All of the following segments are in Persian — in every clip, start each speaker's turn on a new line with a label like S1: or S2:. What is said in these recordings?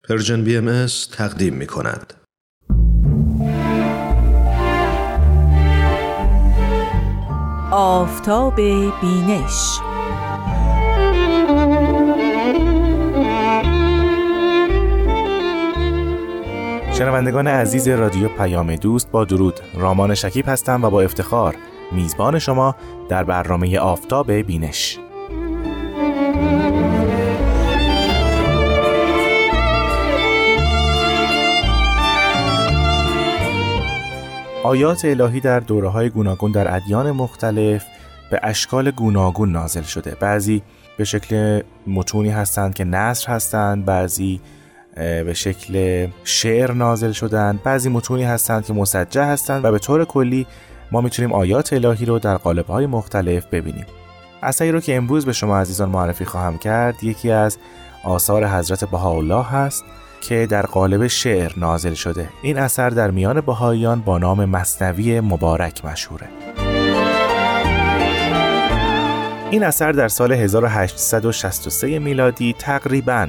S1: پرژن BMS تقدیم می کند.
S2: آفتاب بینش.
S3: شنوندگان عزیز رادیو پیام دوست، با درود. رامان شکیب هستم و با افتخار میزبان شما در برنامه آفتاب بینش. آیات الهی در دوره‌های گوناگون در ادیان مختلف به اشکال گوناگون نازل شده. بعضی به شکل متونی هستند که نثر هستند، بعضی به شکل شعر نازل شدند، بعضی متونی هستند که مسجع هستند و به طور کلی ما میتونیم آیات الهی رو در قالب‌های مختلف ببینیم. اثری رو که امروز به شما عزیزان معرفی خواهم کرد یکی از آثار حضرت بهاءالله هست که در قالب شعر نازل شده. این اثر در میان بهائیان با نام مثنوی مبارک مشهوره. این اثر در سال 1863 میلادی تقریباً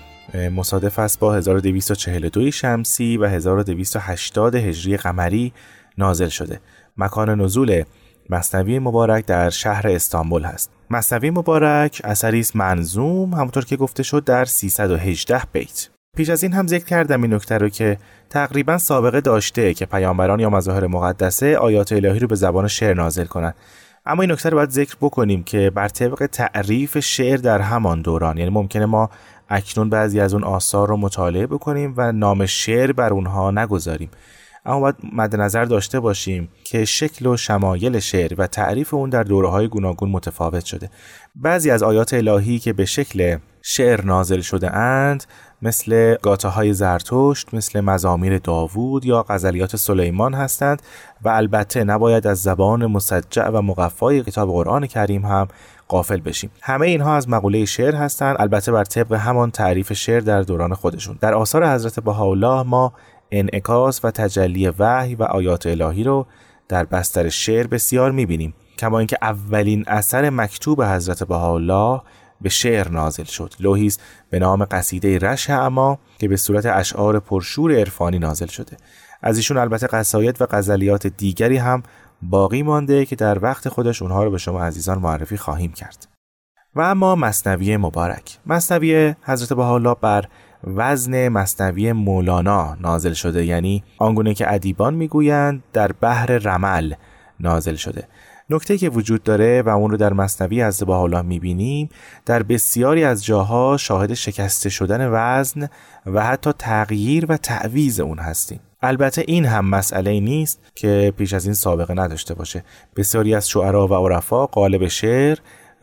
S3: مصادف است با 1242 شمسی و 1280 هجری قمری نازل شده. مکان نزول مثنوی مبارک در شهر استانبول هست. مثنوی مبارک اثری است منظوم، همونطور که گفته شد در 318 بیت. پیش از این هم ذکر کردم این نکته رو که تقریبا سابقه داشته که پیامبران یا مظاهر مقدسه آیات الهی رو به زبان شعر نازل کنند. اما این نکته رو باید ذکر بکنیم که بر طبق تعریف شعر در همان دوران، یعنی ممکنه ما اکنون بعضی از اون آثار رو مطالعه بکنیم و نام شعر بر اونها نگذاریم، اما باید مد نظر داشته باشیم که شکل و شمایل شعر و تعریف اون در دوره‌های گوناگون متفاوت شده. بعضی از آیات الهی که به شکل شعر نازل شده اند مثل گاته‌های زرتشت، مثل مزامیر داوود یا غزلیات سلیمان هستند و البته نباید از زبان مسجع و مقفای کتاب قرآن کریم هم غافل بشیم. همه اینها از مقوله شعر هستند، البته بر طبق همان تعریف شعر در دوران خودشون. در آثار حضرت بهاءالله ما انعکاس و تجلی وحی و آیات الهی رو در بستر شعر بسیار می‌بینیم، کما اینکه اولین اثر مکتوب حضرت بهاءالله به شعر نازل شد. لوحی است به نام قصیده رشح اما که به صورت اشعار پرشور عرفانی نازل شده. از ایشون البته قصاید و غزلیات دیگری هم باقی مانده که در وقت خودش اونها رو به شما عزیزان معرفی خواهیم کرد. و اما مثنوی مبارک. مثنوی حضرت بهاءالله بر وزن مثنوی مولانا نازل شده، یعنی آنگونه که ادیبان میگویند در بحر رمل نازل شده. نکته که وجود داره و اون رو در مثنوی حضرت بهاءالله میبینیم، در بسیاری از جاها شاهد شکسته شدن وزن و حتی تغییر و تعویض اون هستیم. البته این هم مسئله نیست که پیش از این سابقه نداشته باشه. بسیاری از شعرا و عرفا قالب شعر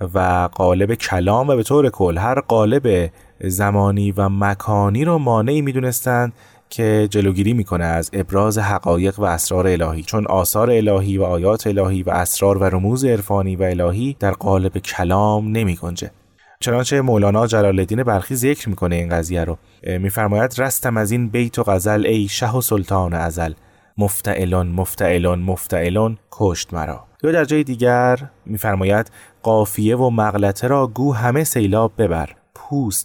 S3: و قالب کلام و به طور کل هر قالب زمانی و مکانی رو مانعی میدونستند که جلوگیری میکنه از ابراز حقایق و اسرار الهی، چون آثار الهی و آیات الهی و اسرار و رموز عرفانی و الهی در قالب کلام نمی گنجه. چنانچه مولانا جلال الدین بلخی ذکر میکنه این قضیه رو، میفرماید رستم از این بیت و غزل ای شه و سلطان ازل، مفتعلون مفتعلون مفتعلون کشت مرا. یا در جای دیگر میفرماید قافیه و مغلطه را گو همه سیلاب ببر، پوست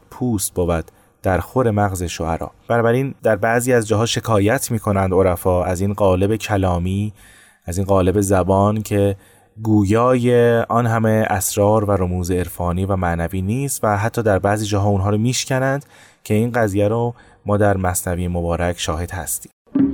S3: بود در خور مغز شعرا. بنابراین در بعضی از جاها شکایت میکنند عرفا از این قالب کلامی، از این قالب زبان که گویای آن همه اسرار و رموز عرفانی و معنوی نیست و حتی در بعضی جاها اونها رو میشکنند که این قضیه رو ما در مثنوی مبارک شاهد هستیم.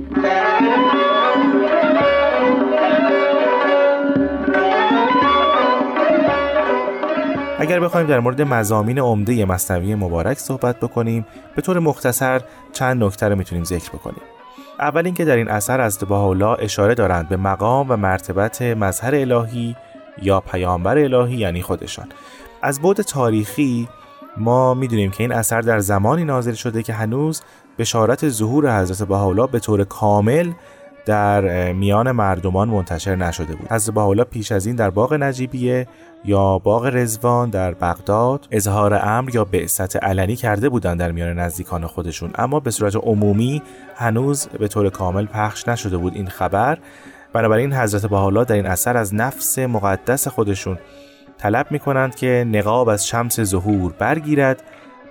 S3: اگر بخوایم در مورد مضامین عمده مثنوی مبارک صحبت بکنیم، به طور مختصر چند نکته رو میتونیم ذکر بکنیم. اول اینکه در این اثر از بهاءالله اشاره دارند به مقام و مرتبت مظهر الهی یا پیامبر الهی، یعنی خودشان. از بعد تاریخی ما میدونیم که این اثر در زمانی نازل شده که هنوز بشارت ظهور حضرت بهاءالله به طور کامل در میان مردمان منتشر نشده بود. حضرت بهاءالله پیش از این در باغ نجیبیه یا باغ رضوان در بغداد اظهار امر یا بعثت علنی کرده بودند در میان نزدیکان خودشون، اما به صورت عمومی هنوز به طور کامل پخش نشده بود این خبر. بنابراین حضرت بهاءالله در این اثر از نفس مقدس خودشون طلب می‌کنند که نقاب از شمس ظهور برگیرد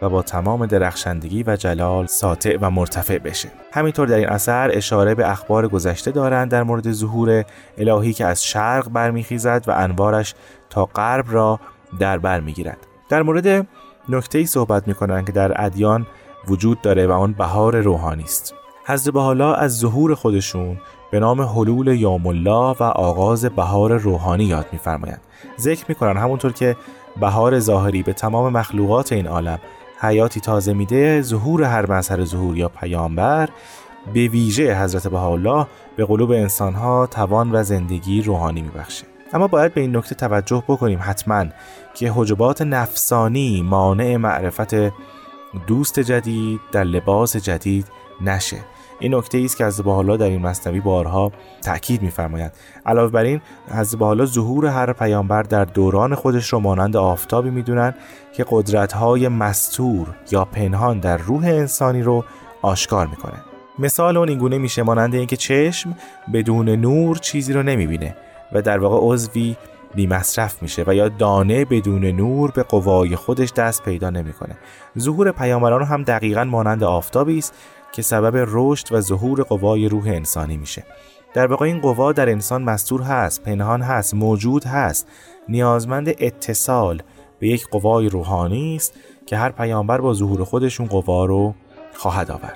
S3: و با تمام درخشندگی و جلال ساطع و مرتفع بشه. همینطور در این اثر اشاره به اخبار گذشته دارند در مورد ظهور الهی که از شرق برمیخیزد و انوارش تا غرب را در بر میگیرد. در مورد نکته‌ای صحبت میکنند که در ادیان وجود داره و اون بهار روحانی است. حضرت بهاءالله از ظهور خودشون به نام حلول یوم الله و آغاز بهار روحانی یاد می‌فرمایند. ذکر می‌کنن همونطور که بهار ظاهری به تمام مخلوقات این عالم حیاتی تازه میده، ظهور هر مظهر ظهور یا پیامبر به ویژه حضرت بهاءالله به قلوب انسان‌ها توان و زندگی روحانی می‌بخشه. اما باید به این نکته توجه بکنیم حتماً که حجبات نفسانی مانع معرفت دوست جدید در لباس جدید نشه. این نکته ای است که حضرت بهاءالله در این مثنوی بارها تأکید می‌فرمایند. علاوه بر این حضرت بهاءالله ظهور هر پیامبر در دوران خودش رو مانند آفتابی می‌دونن که قدرت‌های مستور یا پنهان در روح انسانی رو آشکار می‌کنه. مثال اون اینگونه میشه مانند اینکه چشم بدون نور چیزی رو نمی‌بینه و در واقع عضوی بی مصرف میشه و یا دانه بدون نور به قوای خودش دست پیدا نمی‌کنه. ظهور پیامبران هم دقیقاً مانند آفتابی است که سبب رشد و ظهور قوای روح انسانی میشه. در واقع این قوا در انسان مستور هست، پنهان هست، موجود هست، نیازمند اتصال به یک قوای روحانی است که هر پیامبر با ظهور خودشون قوا رو خواهد آورد.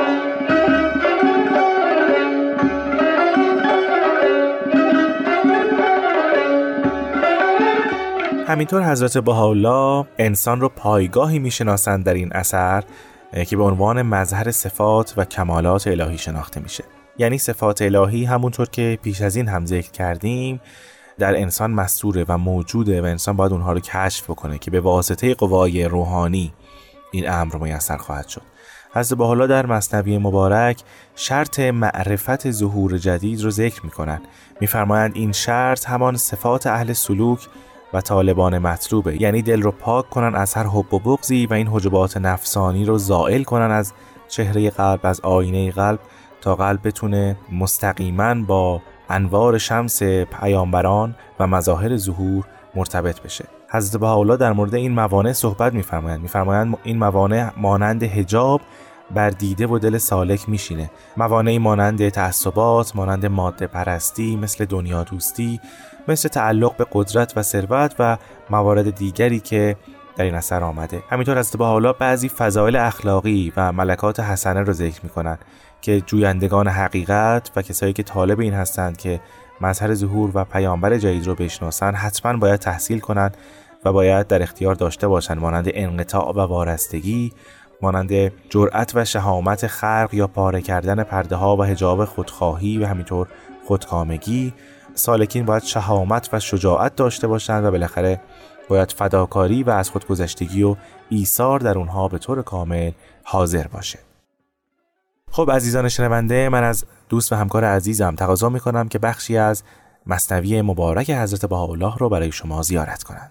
S3: همینطور حضرت بهاءالله انسان رو پایگاهی میشناسند در این اثر که به عنوان مظهر صفات و کمالات الهی شناخته میشه. یعنی صفات الهی همونطور که پیش از این هم ذکر کردیم در انسان مستوره و موجوده و انسان باید اونها رو کشف بکنه که به واسطه قوای روحانی این امر میسر خواهد شد. حضرت بهاءالله در مثنوی مبارک شرط معرفت ظهور جدید رو ذکر میکنن. میفرمایند این شرط همان صفات اهل سلوک و طالبان مطلوبه، یعنی دل رو پاک کنن از هر حب و بغضی و این حجبات نفسانی رو زائل کنن از چهره قلب، از آینه قلب، تا قلب بتونه مستقیما با انوار شمس پیامبران و مظاهر ظهور مرتبط بشه. حضرت بهاءالله در مورد این موانع صحبت میفرمایند این موانع مانند حجاب بر دیده و دل سالک میشینه. موانعی مانند تعصبات، مانند ماده پرستی، مثل دنیا دوستی، مثل تعلق به قدرت و ثروت و موارد دیگری که در این اثر آمده. همینطور حضرت بهاءالله بعضی فضایل اخلاقی و ملکات حسنه رو ذکر میکنن که جویندگان حقیقت و کسایی که طالب این هستند که مظهر ظهور و پیامبر جدید رو بشناسن حتما باید تحصیل کنن و باید در اختیار داشته باشن، مانند انقطاع و وارستگی، مانند جرأت و شهامت خرق یا پاره کردن پرده ها و حجاب خودخواهی و همینطور خودکامگی. سالکین باید شهامت و شجاعت داشته باشند و بالاخره باید فداکاری و از خودگذشتگی و ایثار در اونها به طور کامل حاضر باشه. خب عزیزان شنونده، من از دوست و همکار عزیزم تقاضا میکنم که بخشی از مثنوی مبارک حضرت بهاءالله رو برای شما زیارت کنند.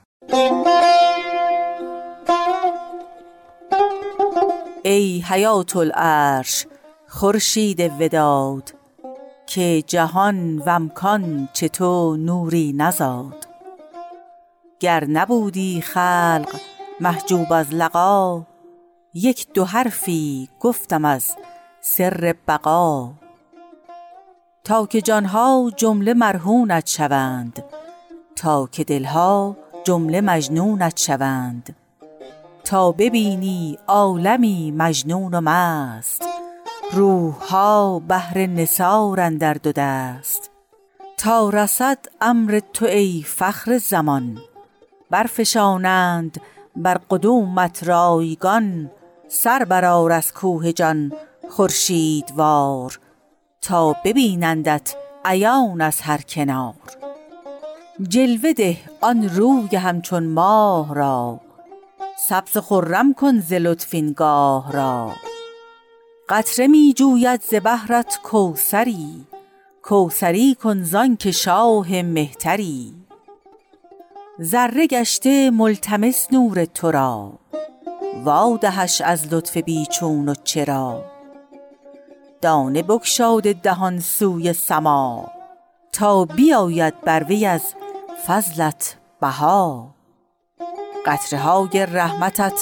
S2: ای حیات العرش خورشید وداد، که جهان و امکان چه تو نوری نزاد. گر نبودی خلق محجوب از لقا، یک دو حرفی گفتم از سر بقا. تا که جانها جمله مرهونت شوند، تا که دلها جمله مجنونت شوند. تا ببینی عالمی مجنون و مست، روحها بهر نثار اندر دو دست. تا رسد امر تو ای فخر زمان، برفشانند بر قدومت رایگان. سر برآر از کوه جان خورشیدوار، تا ببینندت عیان از هر کنار. جلوه ده آن روی همچون ماه را، سبز خرم کن ز لطف این گاه را. قطره می جوید ز بحرت کوثری، کوثری کن زان که شاه مهتری. ذره گشته ملتمس نور تو را، وادهش از لطف بیچون و چرا. دانه بگشاده دهان سوی سما، تا بیاید بر وی از فضلت بها. قطره های رحمتت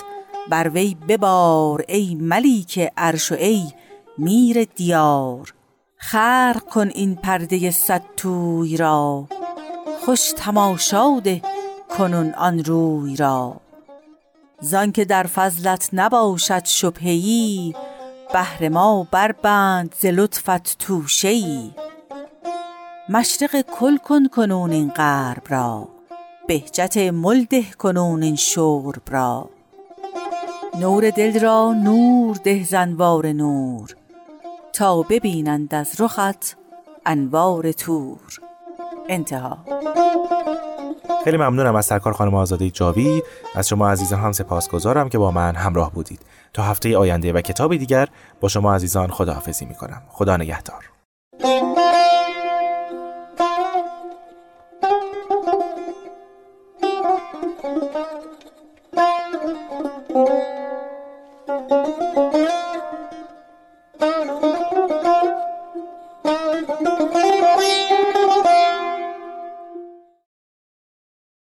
S2: بر وی ببار ای ملیک عرش و ای میر دیار. خرق کن این پرده صد توی را، خوش تماشا ده کنون آن روی را. زان که در فضلت نباشد شبهه‌ای، بهر ما بربند ز لطفت توشه‌ای. مشرق کل کن کنون این غرب را، بهجت مل ده کنون این شرب را. نور دل را نور ده ز انوار نور، تا ببینند از رخت انوار طور. انتها.
S3: خیلی ممنونم از سرکار خانم آزاده جاوید. از شما عزیزان هم سپاسگزارم که با من همراه بودید. تا هفته آینده و کتاب دیگر با شما عزیزان خداحافظی میکنم. خدا نگهدار.